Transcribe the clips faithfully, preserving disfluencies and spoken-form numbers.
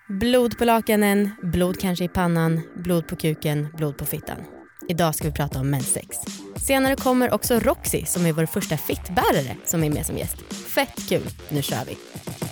Blod på lakanen, blod kanske i pannan, blod på kuken, blod på fittan. Idag ska vi prata om menssex. Senare kommer också Roxy som är vår första fittbärare som är med som gäst. Fett kul, nu kör vi!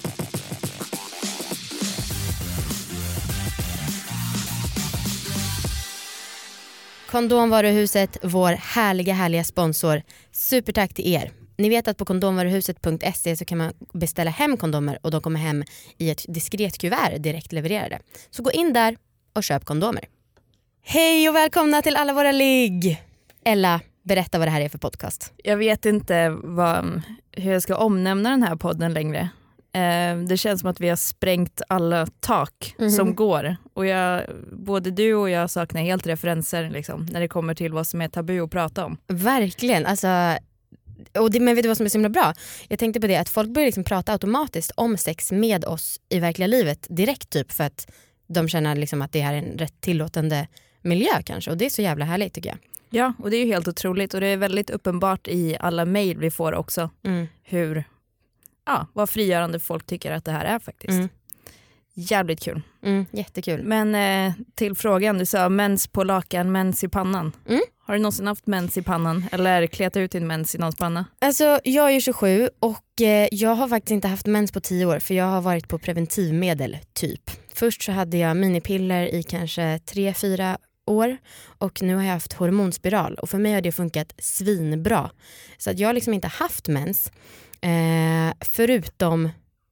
Kondomvaruhuset, vår härliga härliga sponsor. Supertack till er. Ni vet att på kondomvaruhuset punkt se så kan man beställa hem kondomer och de kommer hem i ett diskret kuvert direkt levererade. Så gå in där och köp kondomer. Hej och välkomna till alla våra ligg. Ella, berätta vad det här är för podcast. Jag vet inte vad, hur jag ska omnämna den här podden längre. Eh, det känns som att vi har sprängt alla tak mm-hmm. som går. Och jag, både du och jag saknar helt referenser liksom, när det kommer till vad som är tabu att prata om. Verkligen, alltså... Och det, men vet du vad som är så himla bra? Jag tänkte på det att folk börjar liksom prata automatiskt om sex med oss i verkliga livet direkt typ för att de känner liksom att det här är en rätt tillåtande miljö kanske. Och det är så jävla härligt tycker jag. Ja, och det är ju helt otroligt och det är väldigt uppenbart i alla mejl vi får också mm. hur, ja, vad frigörande folk tycker att det här är faktiskt. Mm. Jävligt kul. Mm, jättekul. Men eh, till frågan, du sa mens på lakan, mens i pannan. Mm. Har du någonsin haft mens i pannan eller kletat ut din mens i någons panna? Alltså jag är tjugosju och eh, jag har faktiskt inte haft mens på tio år för jag har varit på preventivmedel typ. Först så hade jag minipiller i kanske tre fyra år och nu har jag haft hormonspiral och för mig har det funkat svinbra. Så att jag har liksom inte haft mens eh, förutom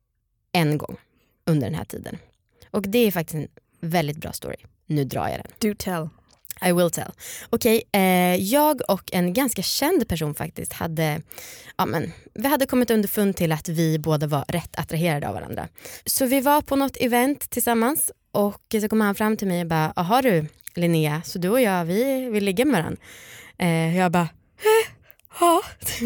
en gång under den här tiden. Och det är faktiskt en väldigt bra story. Nu drar jag den. Do tell. I will tell. Okej, okay, eh, jag och en ganska känd person faktiskt hade, ja men, vi hade kommit underfund till att vi båda var rätt attraherade av varandra. Så vi var på något event tillsammans och så kom han fram till mig och bara, jaha du Linnea, så du och jag, vi vill ligga med varandra. Eh, jag bara, ja.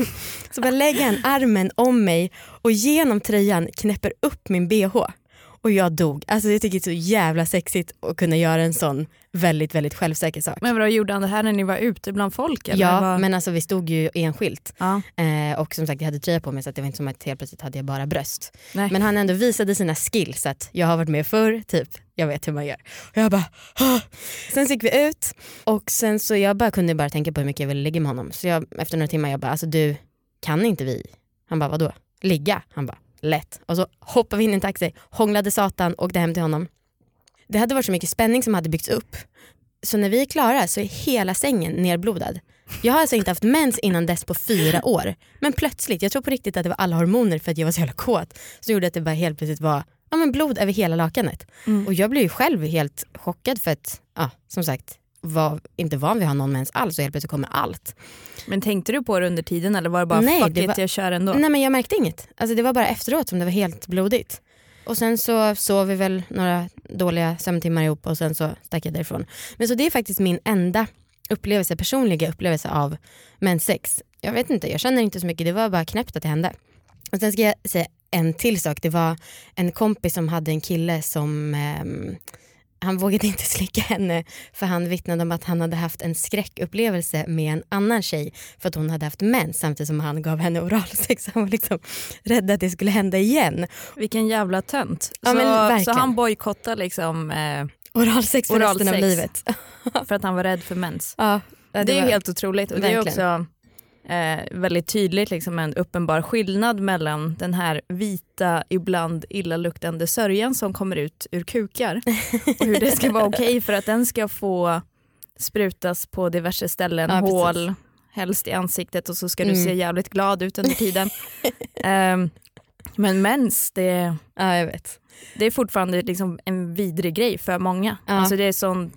Så bara lägger han armen om mig och genom tröjan knäpper upp min B H. Och jag dog. Alltså jag tycker det är så jävla sexigt att kunna göra en sån väldigt, väldigt självsäker sak. Men vad gjorde han det här när ni var ute bland folk? Eller? Ja, var... men alltså vi stod ju enskilt. Ja. Eh, och som sagt, jag hade tröja på mig så att det var inte som att helt plötsligt hade jag bara bröst. Nej. Men han ändå visade sina skills att jag har varit med förr, typ. Jag vet hur man gör. Och jag bara, Hah! Sen så gick vi ut och sen så jag bara kunde bara tänka på hur mycket jag ville ligga med honom. Så jag, efter några timmar jag bara, alltså du, kan inte vi? Han bara, vadå? Ligga? Han bara, lätt. Och så hoppade vi in i en taxi, hånglade satan och åkte hem till honom. Det hade varit så mycket spänning som hade byggts upp. Så när vi är klara så är hela sängen nerblodad. Jag har alltså inte haft mens innan dess på fyra år. Men plötsligt, jag tror på riktigt att det var alla hormoner för att jag var så jävla kåt. Så gjorde att det bara helt plötsligt var ja, men blod över hela lakanet. Mm. Och jag blev ju själv helt chockad för att, ja, som sagt, var inte van vid att ha någon mens alls och helt plötsligt kommer allt. Men tänkte du på det under tiden eller var det bara nej, fuck det it, var... jag kör ändå? Nej, men jag märkte inget. Alltså det var bara efteråt som det var helt blodigt. Och sen så sov vi väl några dåliga sömntimmar ihop och sen så stack jag därifrån. Men så det är faktiskt min enda upplevelse, personliga upplevelse av menssex. Jag vet inte, jag känner inte så mycket. Det var bara knäppt att det hände. Och sen ska jag säga en till sak. Det var en kompis som hade en kille som... Eh, han vågade inte slicka henne för han vittnade om att han hade haft en skräckupplevelse med en annan tjej för att hon hade haft mens samtidigt som han gav henne oralsex. Han var liksom rädd att det skulle hända igen. Vilken jävla tönt. Ja, så, men så han bojkottar liksom eh, oralsex för oralsex resten av livet. För att han var rädd för mens. Ja, det, det är var... ju helt otroligt. Och verkligen. Det är också eh, väldigt tydligt liksom en uppenbar skillnad mellan den här vita, ibland illaluktande sörjan som kommer ut ur kukar och hur det ska vara okej okay för att den ska få sprutas på diverse ställen, ja, hål, precis. Helst i ansiktet och så ska du mm. se jävligt glad ut under tiden. um, men mens, det, ja, jag vet. Det är fortfarande liksom en vidrig grej för många. Ja. Alltså det är sån,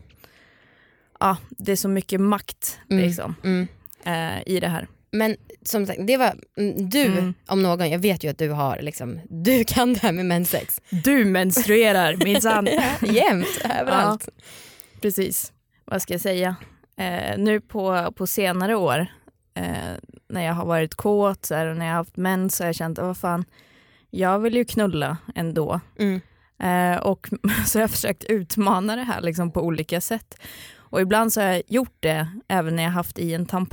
ja, det är så mycket makt liksom, mm. Mm. Uh, i det här. Men som sagt, det var du mm. om någon, jag vet ju att du har liksom, du kan det här med menssex. Du menstruerar minsann. Jämt, överallt. Ja, precis. Vad ska jag säga? Eh, nu på, på senare år eh, när jag har varit kåt så här, och när jag har haft mens så har jag känt, vad fan, jag vill ju knulla ändå. Mm. Eh, och så har jag försökt utmana det här liksom på olika sätt. Och ibland så har jag gjort det även när jag haft i en tampong.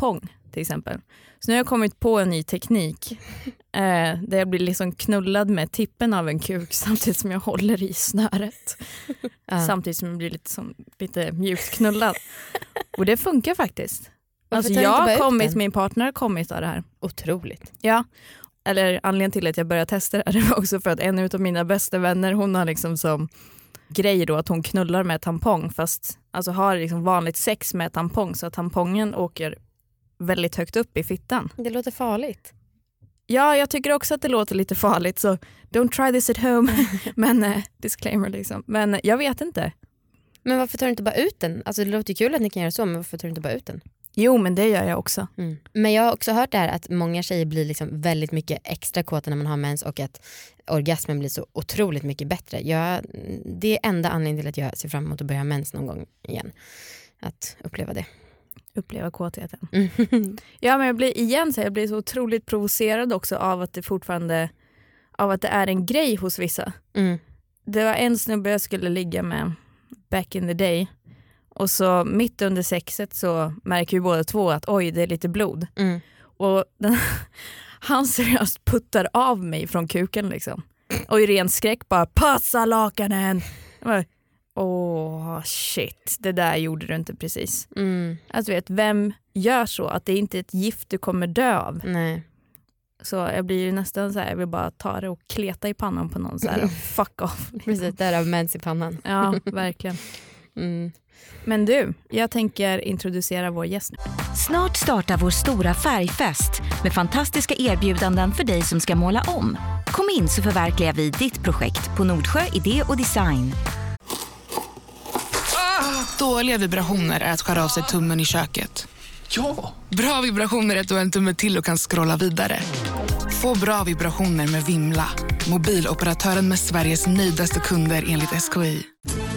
till exempel. Så nu har jag kommit på en ny teknik eh, där jag blir liksom knullad med tippen av en kuk samtidigt som jag håller i snöret. Uh. Samtidigt som jag blir lite, som, lite mjukt knullad. Och det funkar faktiskt. Alltså jag har kommit, min partner har kommit av det här. Otroligt. Ja, eller anledningen till att jag började testa det här var också för att en av mina bästa vänner, hon har liksom som grej då att hon knullar med tampong fast alltså har liksom vanligt sex med tampong så att tampongen åker väldigt högt upp i fittan. Det låter farligt. Ja, jag tycker också att det låter lite farligt så don't try this at home. Men eh, disclaimer liksom. Men eh, jag vet inte. Men varför tar du inte bara ut den? Alltså det låter kul att ni kan göra så, men varför tar du inte bara ut den? Jo, men det gör jag också. Mm. Men jag har också hört det här att många tjejer blir liksom väldigt mycket extra kåta när man har mens och att orgasmen blir så otroligt mycket bättre. Jag, det är enda anledningen till att jag ser fram emot att börja mens någon gång igen. Att uppleva det. Uppleva kåtheten. Mm. Ja, men jag blir igen så jag blir så otroligt provocerad också av att det fortfarande av att det är en grej hos vissa. Mm. Det var en snubbe jag skulle ligga med back in the day. Och så mitt under sexet så märker vi båda två att oj, det är lite blod. Mm. Och den, han seriöst puttar av mig från kuken liksom. Och i ren skräck bara, passa lakanen! Åh, oh, shit. Det där gjorde du inte precis. Mm. Alltså vet, vem gör så? Att det inte är ett gift du kommer dö av. Nej. Så jag blir ju nästan så här, jag vill bara ta det och kleta i pannan på någon så här, fuck off. Precis, där har mens i pannan. Ja, verkligen. Mm. Men du, jag tänker introducera vår gäst. Snart startar vår stora färgfest med fantastiska erbjudanden för dig som ska måla om. Kom in så förverkligar vi ditt projekt på Nordsjö Idé och Design. Ah, dåliga vibrationer är att skära av sig tummen i köket. Ja! Bra vibrationer är att du har en tumme till och kan scrolla vidare. Få bra vibrationer med Vimla. Mobiloperatören med Sveriges nöjdaste kunder enligt S K I.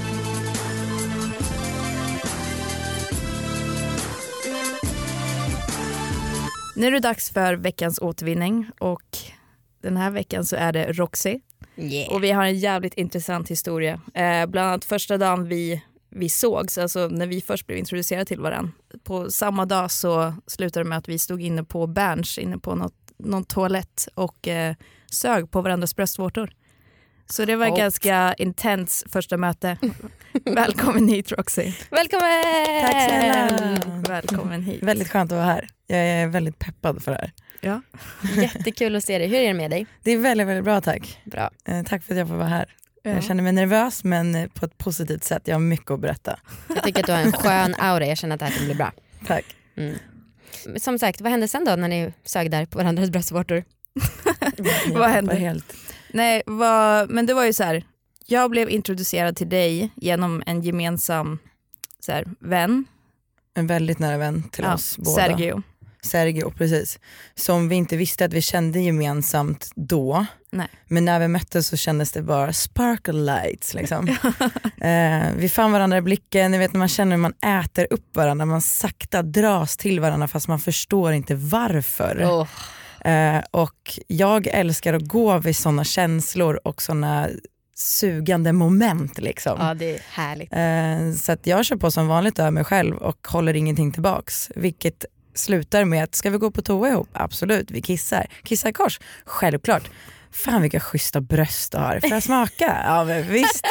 Nu är det dags för veckans återvinning och den här veckan så är det Roxy. Yeah. Och vi har en jävligt intressant historia. Eh, bland annat första dagen vi, vi sågs, alltså när vi först blev introducerade till varandra. På samma dag så slutade det med att vi stod inne på Berns, inne på något, någon toalett och eh, sög på varandras bröstvårtor. Så det var ett ganska intens första möte. Välkommen hit Roxy. Välkommen! Tack snälla. Välkommen hit. Väldigt skönt att vara här. Jag är väldigt peppad för det här. Ja. Jättekul att se dig. Hur är det med dig? Det är väldigt, väldigt bra, tack. Bra. Eh, tack för att jag får vara här. Ja. Jag känner mig nervös men på ett positivt sätt. Jag har mycket att berätta. Jag tycker att du har en skön aura. Jag känner att det här kommer bli bra. Tack. Mm. Som sagt, vad hände sen då när ni sög där på varandras bröstvårtor? Vad hände? Helt. Nej, vad, men det var ju så här. Jag blev introducerad till dig genom en gemensam så här, vän. En väldigt nära vän till ja, oss båda. Sergio. Sergio, precis. Som vi inte visste att vi kände gemensamt då. Nej. Men när vi möttes så kändes det bara sparkle lights liksom. eh, vi fann varandra i blicken. Ni vet när man känner hur man äter upp varandra. Man sakta dras till varandra fast man förstår inte varför. Oh. Eh, och jag älskar att gå vid sådana känslor och sådana sugande moment liksom. Ja, det är härligt. Eh, så att jag kör på som vanligt över mig själv och håller ingenting tillbaks. Vilket slutar med att ska vi gå på toa ihop? Absolut, vi kissar. Kissar i kors? Självklart. Fan vilka schyssta bröst du har. Får jag smaka? Ja men visst.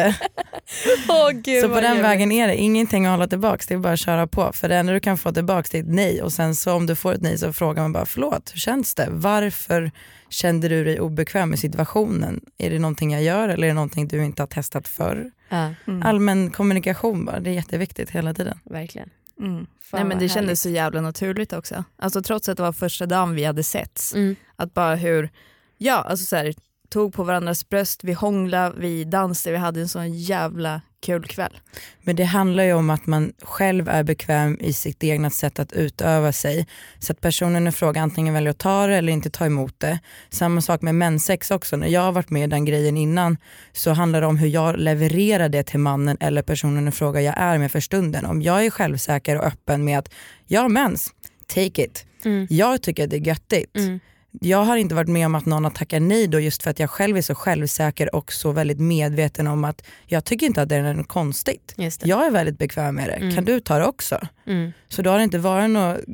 oh, Gud, så på den jävligt. vägen är det ingenting att hålla tillbaks. Det är bara att köra på. För det enda du kan få tillbaks det är ett nej. Och sen så om du får ett nej så frågar man bara förlåt, hur känns det? Varför kände du dig obekväm i situationen? Är det någonting jag gör eller är det någonting du inte har testat förr? Ja. Mm. Allmän kommunikation bara. Det är jätteviktigt hela tiden. Verkligen. Mm. Nej, men det kändes så jävla naturligt också. Alltså trots att det var första dagen vi hade setts. Mm. Att bara hur, ja alltså så här, tog på varandras bröst, vi hånglade, vi dansade, vi hade en sån jävla kul kväll. Men det handlar ju om att man själv är bekväm i sitt egna sätt att utöva sig. Så att personen i fråga antingen väljer att ta det eller inte ta emot det. Samma sak med menssex också. När jag har varit med i den grejen innan så handlar det om hur jag levererar det till mannen eller personen i fråga jag är med för stunden. Om jag är självsäker och öppen med att jag har mens, take it. Mm. Jag tycker att det är göttigt. Mm. Jag har inte varit med om att någon har tackat nej då just för att jag själv är så självsäker och så väldigt medveten om att jag tycker inte att det är något konstigt. Jag är väldigt bekväm med det. Mm. Kan du ta det också? Mm. Så då har det inte varit något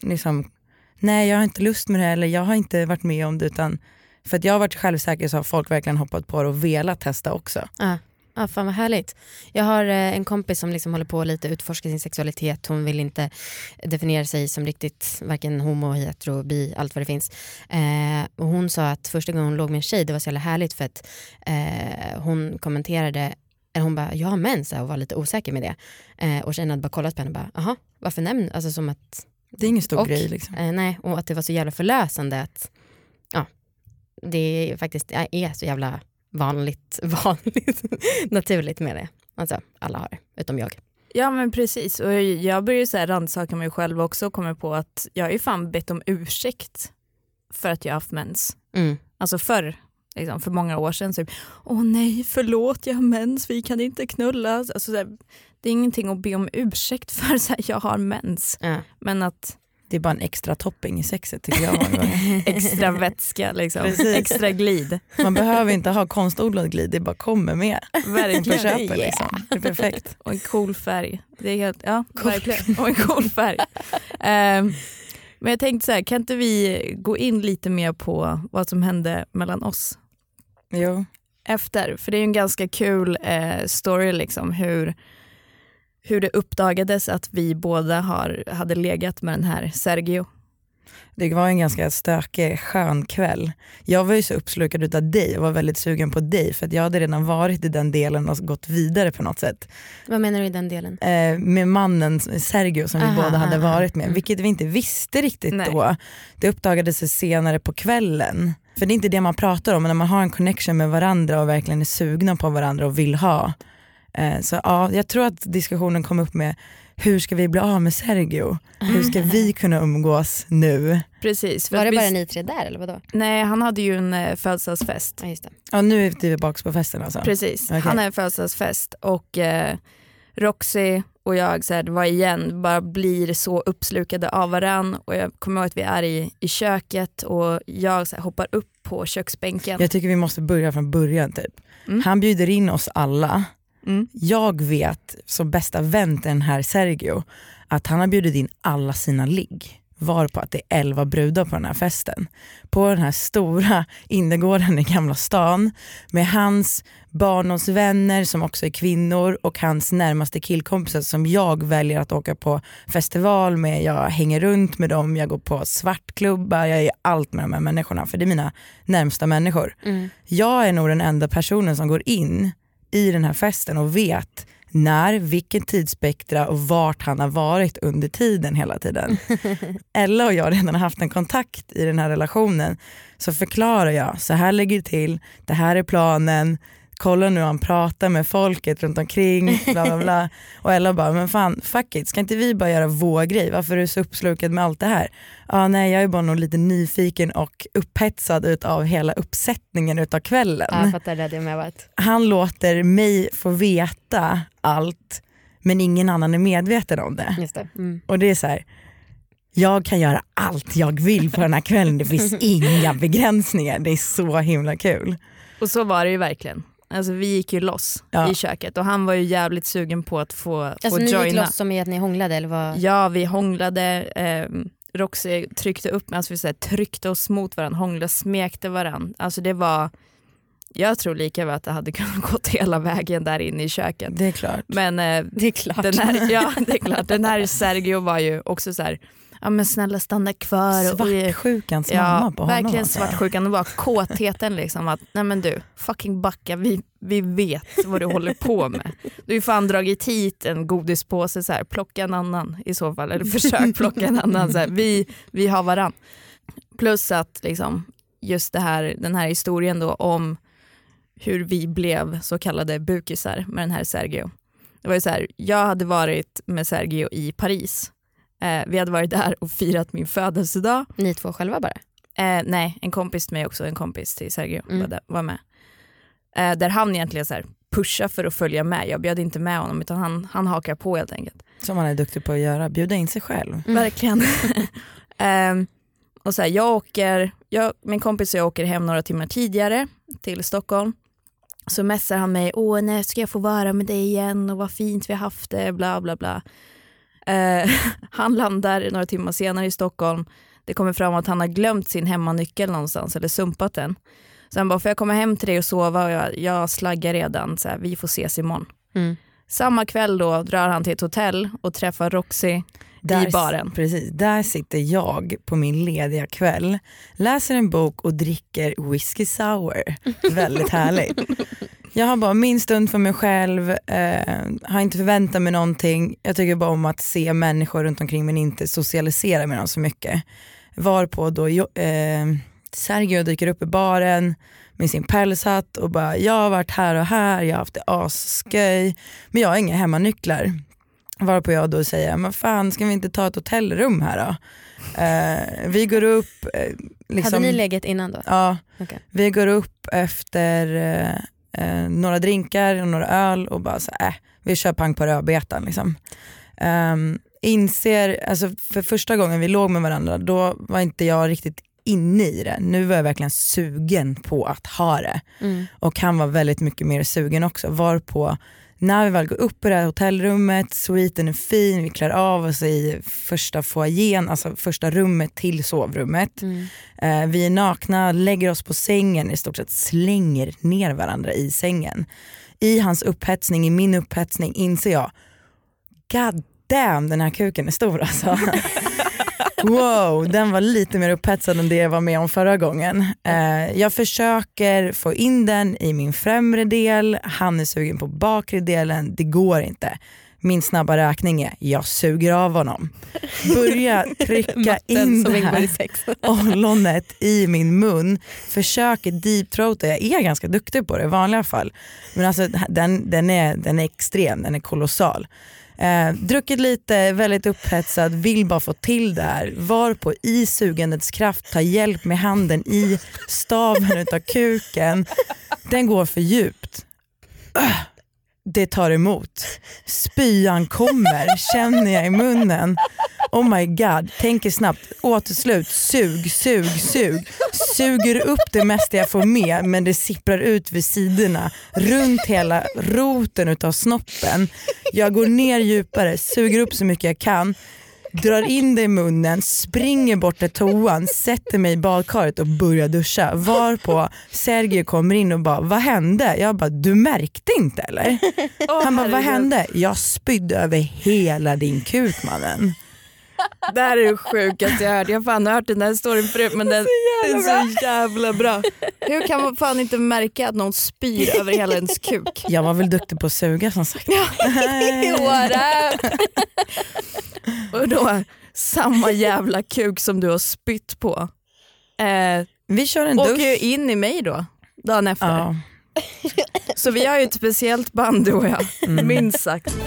liksom, nej jag har inte lust med det eller jag har inte varit med om det, utan för att jag har varit självsäker så har folk verkligen hoppat på det och velat testa också. Ja. Ja, fan vad härligt. Jag har eh, en kompis som liksom håller på att lite utforska sin sexualitet. Hon vill inte definiera sig som riktigt varken homo, hetero, bi, allt vad det finns. Eh, och hon sa att första gången hon låg med en tjej, det var så jävla härligt för att eh, hon kommenterade, eller hon bara, jag har mens och var lite osäker med det. Eh, och tjejen hade bara kollat på henne och bara, aha, varför nämn? Alltså som att... Det är ingen stor och, grej liksom. Eh, nej, och att det var så jävla förlösande att ja, det är faktiskt är så jävla vanligt, vanligt naturligt med det. Alltså, alla har det, utom jag. Ja men precis, och jag börjar så här rannsaka mig själv också och kommer på att jag är fan bett om ursäkt för att jag har haft mens. Mm. Alltså förr, liksom, för många år sedan så, åh nej förlåt jag har mens, vi kan inte knulla. Alltså, så här, det är ingenting att be om ursäkt för så här, jag har mens. Ja. Men att Det är bara en extra topping i sexet tycker jag. extra vätska liksom, Precis. extra glid. Man behöver inte ha konstodlad glid, det bara kommer med. Verkligen. På köpet, liksom. Det är perfekt. Och en cool färg. Det är helt, ja, cool. Verkligen. Och en cool färg. um, men jag tänkte så här, kan inte vi gå in lite mer på vad som hände mellan oss Jo. efter? För det är ju en ganska kul eh, story liksom, hur, hur det uppdagades att vi båda har, hade legat med den här Sergio. Det var en ganska stökig, skön kväll. Jag var ju så uppslukad utav dig och var väldigt sugen på dig för att jag hade redan varit i den delen och gått vidare på något sätt. Vad menar du i den delen? Eh, med mannen Sergio som vi Aha, båda hade aha. varit med, vilket vi inte visste riktigt Nej. då. Det uppdagades sig senare på kvällen. För det är inte det man pratar om, men när man har en connection med varandra och verkligen är sugna på varandra och vill ha. Eh, så ja, jag tror att diskussionen kom upp med hur ska vi bli av med Sergio? Hur ska vi kunna umgås nu? Precis. För Var att det vi- bara ni tre där eller vadå? Nej, han hade ju en eh, födelsedagsfest. Ja, just det. Ja, nu är vi tillbaka på festen alltså. Precis, Okej. han har en födelsedagsfest och eh, Roxy och jag så här, det var igen, bara blir så uppslukade av varann och jag kommer ihåg att vi är i, i köket och jag så här, hoppar upp på köksbänken. Jag tycker vi måste börja från början typ. Mm. Han bjuder in oss alla. Mm. Jag vet som bästa vän till den här Sergio att han har bjudit in alla sina ligg. Var på att det är elva brudar på den här festen. På den här stora innergården i Gamla stan med hans barndomsvänner som också är kvinnor och hans närmaste killkompisar som jag väljer att åka på festival med. Jag hänger runt med dem, jag går på svartklubbar, jag är allt med de här människorna för det är mina närmsta människor. Mm. Jag är nog den enda personen som går in i den här festen och vet när, vilken tidsspektra och vart han har varit under tiden hela tiden. Ella och jag redan har haft en kontakt i den här relationen, så förklarar jag, så här ligger det till, det här är planen, kolla nu han pratar med folket runt omkring, bla bla bla. Och Ella bara, men fan, fuck it, ska inte vi bara göra vår grej? Varför är du så uppslukad med allt det här? Ja, nej, jag är bara nog lite nyfiken och upphetsad utav hela uppsättningen utav kvällen. Ja, jag fattar det, det med varit. Han låter mig få veta allt, men ingen annan är medveten om det. Just det. Mm. Och det är så här, jag kan göra allt jag vill på den här kvällen, det finns inga begränsningar, det är så himla kul. Och så var det ju verkligen. Alltså vi gick ju loss Ja. i köket och han var ju jävligt sugen på att få, Alltså få ni gick joina. loss som i att ni hånglade eller vad? Ja, vi hånglade. Eh, Roxy tryckte upp, alltså vi så här, tryckte oss mot varandra, hånglade, smekte varandra. Alltså det var, jag tror lika väl att det hade kunnat gått hela vägen där inne i köket. Det är klart. Men eh, Det är klart. den här, ja, det är klart. Den här Sergio var ju också så här, ja men snälla stanna kvar. Och, Svartsjukans ja, mamma på honom. verkligen alltså. svartsjukan. Det var kåtheten liksom att, nej men du, fucking backa, vi, vi vet vad du håller på med. Du har ju fan dragit hit en godispåse så här, plocka en annan i så fall, eller försök plocka en annan. Så här. Vi, vi har varann. Plus att liksom, just det här, den här historien då om hur vi blev så kallade bukisar med den här Sergio. Det var ju så här, jag hade varit med Sergio i Paris. Eh, vi hade varit där och firat min födelsedag. Ni två själva bara? Eh, nej, en kompis till mig också, en kompis till Sergio Mm. var, där, var med. Eh, där han egentligen så här pusha för att följa med. Jag bjöd inte med honom utan han, han hakar på helt enkelt. Som han är duktig på att göra, bjuda in sig själv. Mm. Verkligen. eh, och så här, jag åker, jag, min kompis och jag åker hem några timmar tidigare till Stockholm. Så mässar han mig, åh när ska jag få vara med dig igen och vad fint vi har haft det, bla bla bla. Eh, han landar några timmar senare i Stockholm. Det kommer fram att han har glömt sin hemmanyckel någonstans eller sumpat den. Så han bara, får jag komma hem till dig och sova? Och jag, jag slaggar redan, så här, vi får ses imorgon. Mm. Samma kväll då drar han till ett hotell och träffar Roxy där, i baren. Precis, där sitter jag på min lediga kväll, läser en bok och dricker whisky sour. Väldigt härligt. Jag har bara min stund för mig själv, eh, har inte förväntat mig någonting. Jag tycker bara om att se människor runt omkring men inte socialisera med dem så mycket. Varpå då eh, Sergio dyker upp i baren med sin pälshatt och bara, jag har varit här och här, jag har haft det asskoj, men jag har inga hemmanycklar. Varpå jag då säger, men fan, ska vi inte ta ett hotellrum här då? Eh, vi går upp... Eh, liksom, hade ni legat innan då? Ja, okay. Vi går upp efter eh, eh, några drinkar och några öl och bara så äh, vi kör pang på rödbetan liksom. Um, inser, alltså för första gången vi låg med varandra, då var inte jag riktigt inne i det. Nu var jag verkligen sugen på att ha det. Mm. Och han var väldigt mycket mer sugen också. Varpå när vi väl går upp i det här hotellrummet, suiten är fin, vi klär av oss i första foajén, alltså första rummet till sovrummet. Mm. Eh, vi är nakna, lägger oss på sängen, i stort sett slänger ner varandra i sängen. I hans upphetsning, i min upphetsning inser jag, god damn, den här kuken är stor alltså. Wow, den var lite mer upphetsad än det jag var med om förra gången. Eh, jag försöker få in den i min främre del. Han är sugen på bakre delen. Det går inte. Min snabba räkning är, jag suger av honom. Börja trycka in det här ollonet i min mun. Försöker deep-throata. Jag är ganska duktig på det i vanliga fall. Men alltså, den, den, är, den är extrem, den är kolossal. Eh, druckit lite, väldigt upphetsad, vill bara få till det här. Var på i sugandets kraft, ta hjälp med handen i staven utav kuken. Den går för djupt. Uh, det tar emot. Spyan kommer, känner jag i munnen. Oh my god, tänker snabbt. Återslut, sug, sug, sug. Suger upp det mesta jag får med, men det sipprar ut vid sidorna. Runt hela roten utav snoppen. Jag går ner djupare, suger upp så mycket jag kan. Drar in det i munnen, springer bort till toan, sätter mig i badkaret och börjar duscha. Varpå Sergio kommer in och bara, vad hände? Jag bara, du märkte inte eller? Oh, han bara, vad hände? Jag spydde över hela din kuk, mannen. Det här är det sjukaste jag hört. Jag har fan hört den här storyn förut, men den är så jävla bra. Hur kan man fan inte märka att någon spyr över hela ens kuk? Jag var väl duktig på att suga som sagt. What up? Och då samma jävla kuk som du har spytt på. Eh, vi kör en dusch. Åker ju in i mig då, dagen efter. Ja. Så vi har ju ett speciellt band, du och jag. Mm. Minst sagt.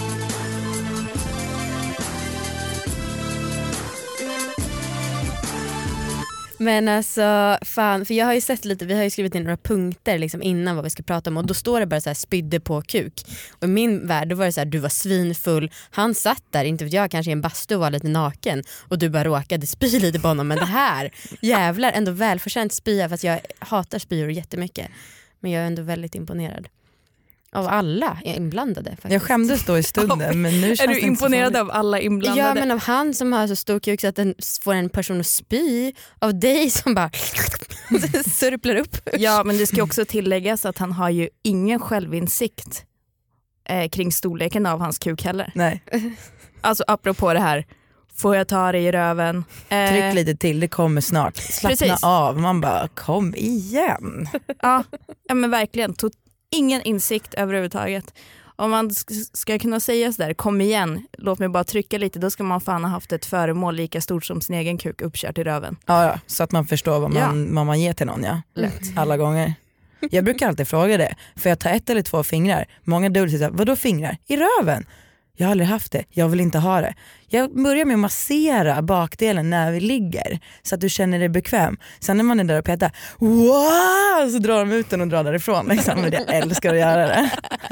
Men alltså fan, för jag har ju sett lite, vi har ju skrivit in några punkter liksom innan vad vi ska prata om, och då står det bara så här, spydde på kuk. Och i min värld då var det så här, du var svinfull, han satt där, inte vet jag, kanske i en bastu och var lite naken och du bara råkade spy lite på honom. Men det här, jävlar, ändå välförtjänt spya, fast jag hatar spyor jättemycket. Men jag är ändå väldigt imponerad av alla inblandade faktiskt. Jag skämdes då i stunden, men nu känns är du imponerad av alla inblandade? Ja, men av han som har så stor kuk så att den får en person att spy, av dig som bara surplar upp. Ja, men det ska också tilläggas att han har ju ingen självinsikt eh, kring storleken av hans kuk heller. Nej. Alltså apropå det här, får jag ta dig i röven? Eh, Tryck lite till, det kommer snart. Slappna precis. Av, man bara, kom igen. Ja, ja men verkligen, tot- ingen insikt överhuvudtaget. Om man ska kunna säga så där, kom igen, låt mig bara trycka lite, då ska man fan ha haft ett föremål lika stort som sin egen kuk uppkört i röven. Ja, ja, så att man förstår vad man, ja. vad man ger till någon, ja. Lätt. Alla gånger. Jag brukar alltid fråga det, för jag tar ett eller två fingrar. Många dubbelt säger, vadå fingrar? I röven? Jag har aldrig haft det, jag vill inte ha det. Jag börjar med att massera bakdelen när vi ligger, så att du känner dig bekväm. Sen när man är där och petar, wow, så drar de ut den och drar därifrån. Liksom. Men jag älskar att göra det.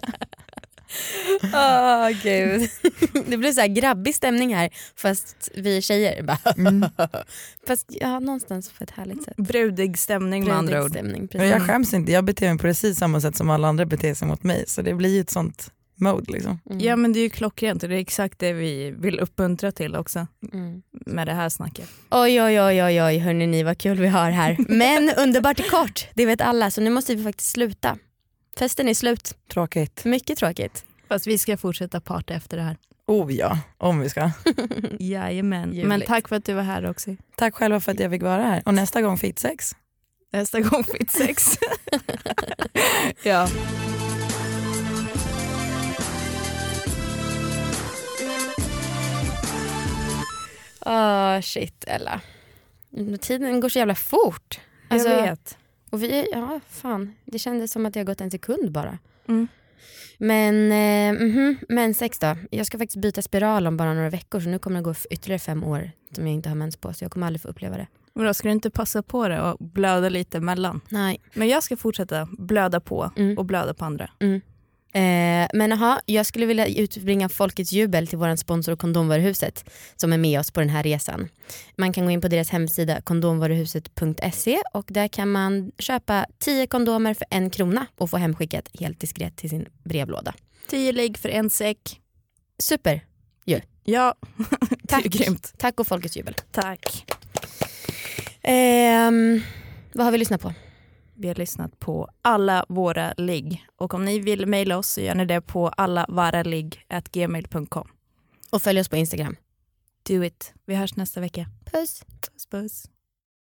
Åh oh, gud. Det blir så här grabbig stämning här, fast vi är tjejer bara. Mm. Fast ja, någonstans på ett härligt sätt. Brudig stämning med andra ord. Jag skäms inte, jag beter mig på precis samma sätt som alla andra beter sig mot mig. Så det blir ju ett sånt mode liksom. Mm. Ja men det är ju klockrent och det är exakt det vi vill uppmuntra till också Mm. med det här snacket. Oj oj oj oj oj hörni ni vad kul vi har här. Men underbart är kort, det vet alla så nu måste vi faktiskt sluta. Festen är slut. Tråkigt. Mycket tråkigt. Fast vi ska fortsätta parta efter det här. Oh ja, om vi ska. Jajamän. Ljuvligt. Men tack för att du var här också. Tack själva för att jag fick vara här. Och nästa gång fit sex. Nästa gång fit sex. Ja. Åh oh, shit Ella. Tiden går så jävla fort. Alltså, jag vet. Och vi, ja fan, det kändes som att det har gått en sekund bara. Mm. Men, eh, mm-hmm, men sex då. Jag ska faktiskt byta spiral om bara några veckor så nu kommer det gå ytterligare fem år som jag inte har mens på så jag kommer aldrig få uppleva det. Men då ska du inte passa på det och blöda lite emellan. Nej. Men jag ska fortsätta blöda på Mm. och blöda på andra. Mm. Eh, men aha, jag skulle vilja utbringa folkets jubel till våran sponsor Kondomvaruhuset som är med oss på den här resan. Man kan gå in på deras hemsida kondomvaruhuset punkt se och där kan man köpa tio kondomer för en krona och få hemskickat helt diskret till sin brevlåda. Tio ligg för en säck. Super, Ja, tack. det är grymt. Tack och folkets jubel. Tack. Eh, vad har vi lyssnat på? Vi har lyssnat på alla våra ligg. Och om ni vill mejla oss så gör ni det på allavaraligg at gmail punkt com. Och följ oss på Instagram. Do it. Vi hörs nästa vecka. Puss. Puss, puss.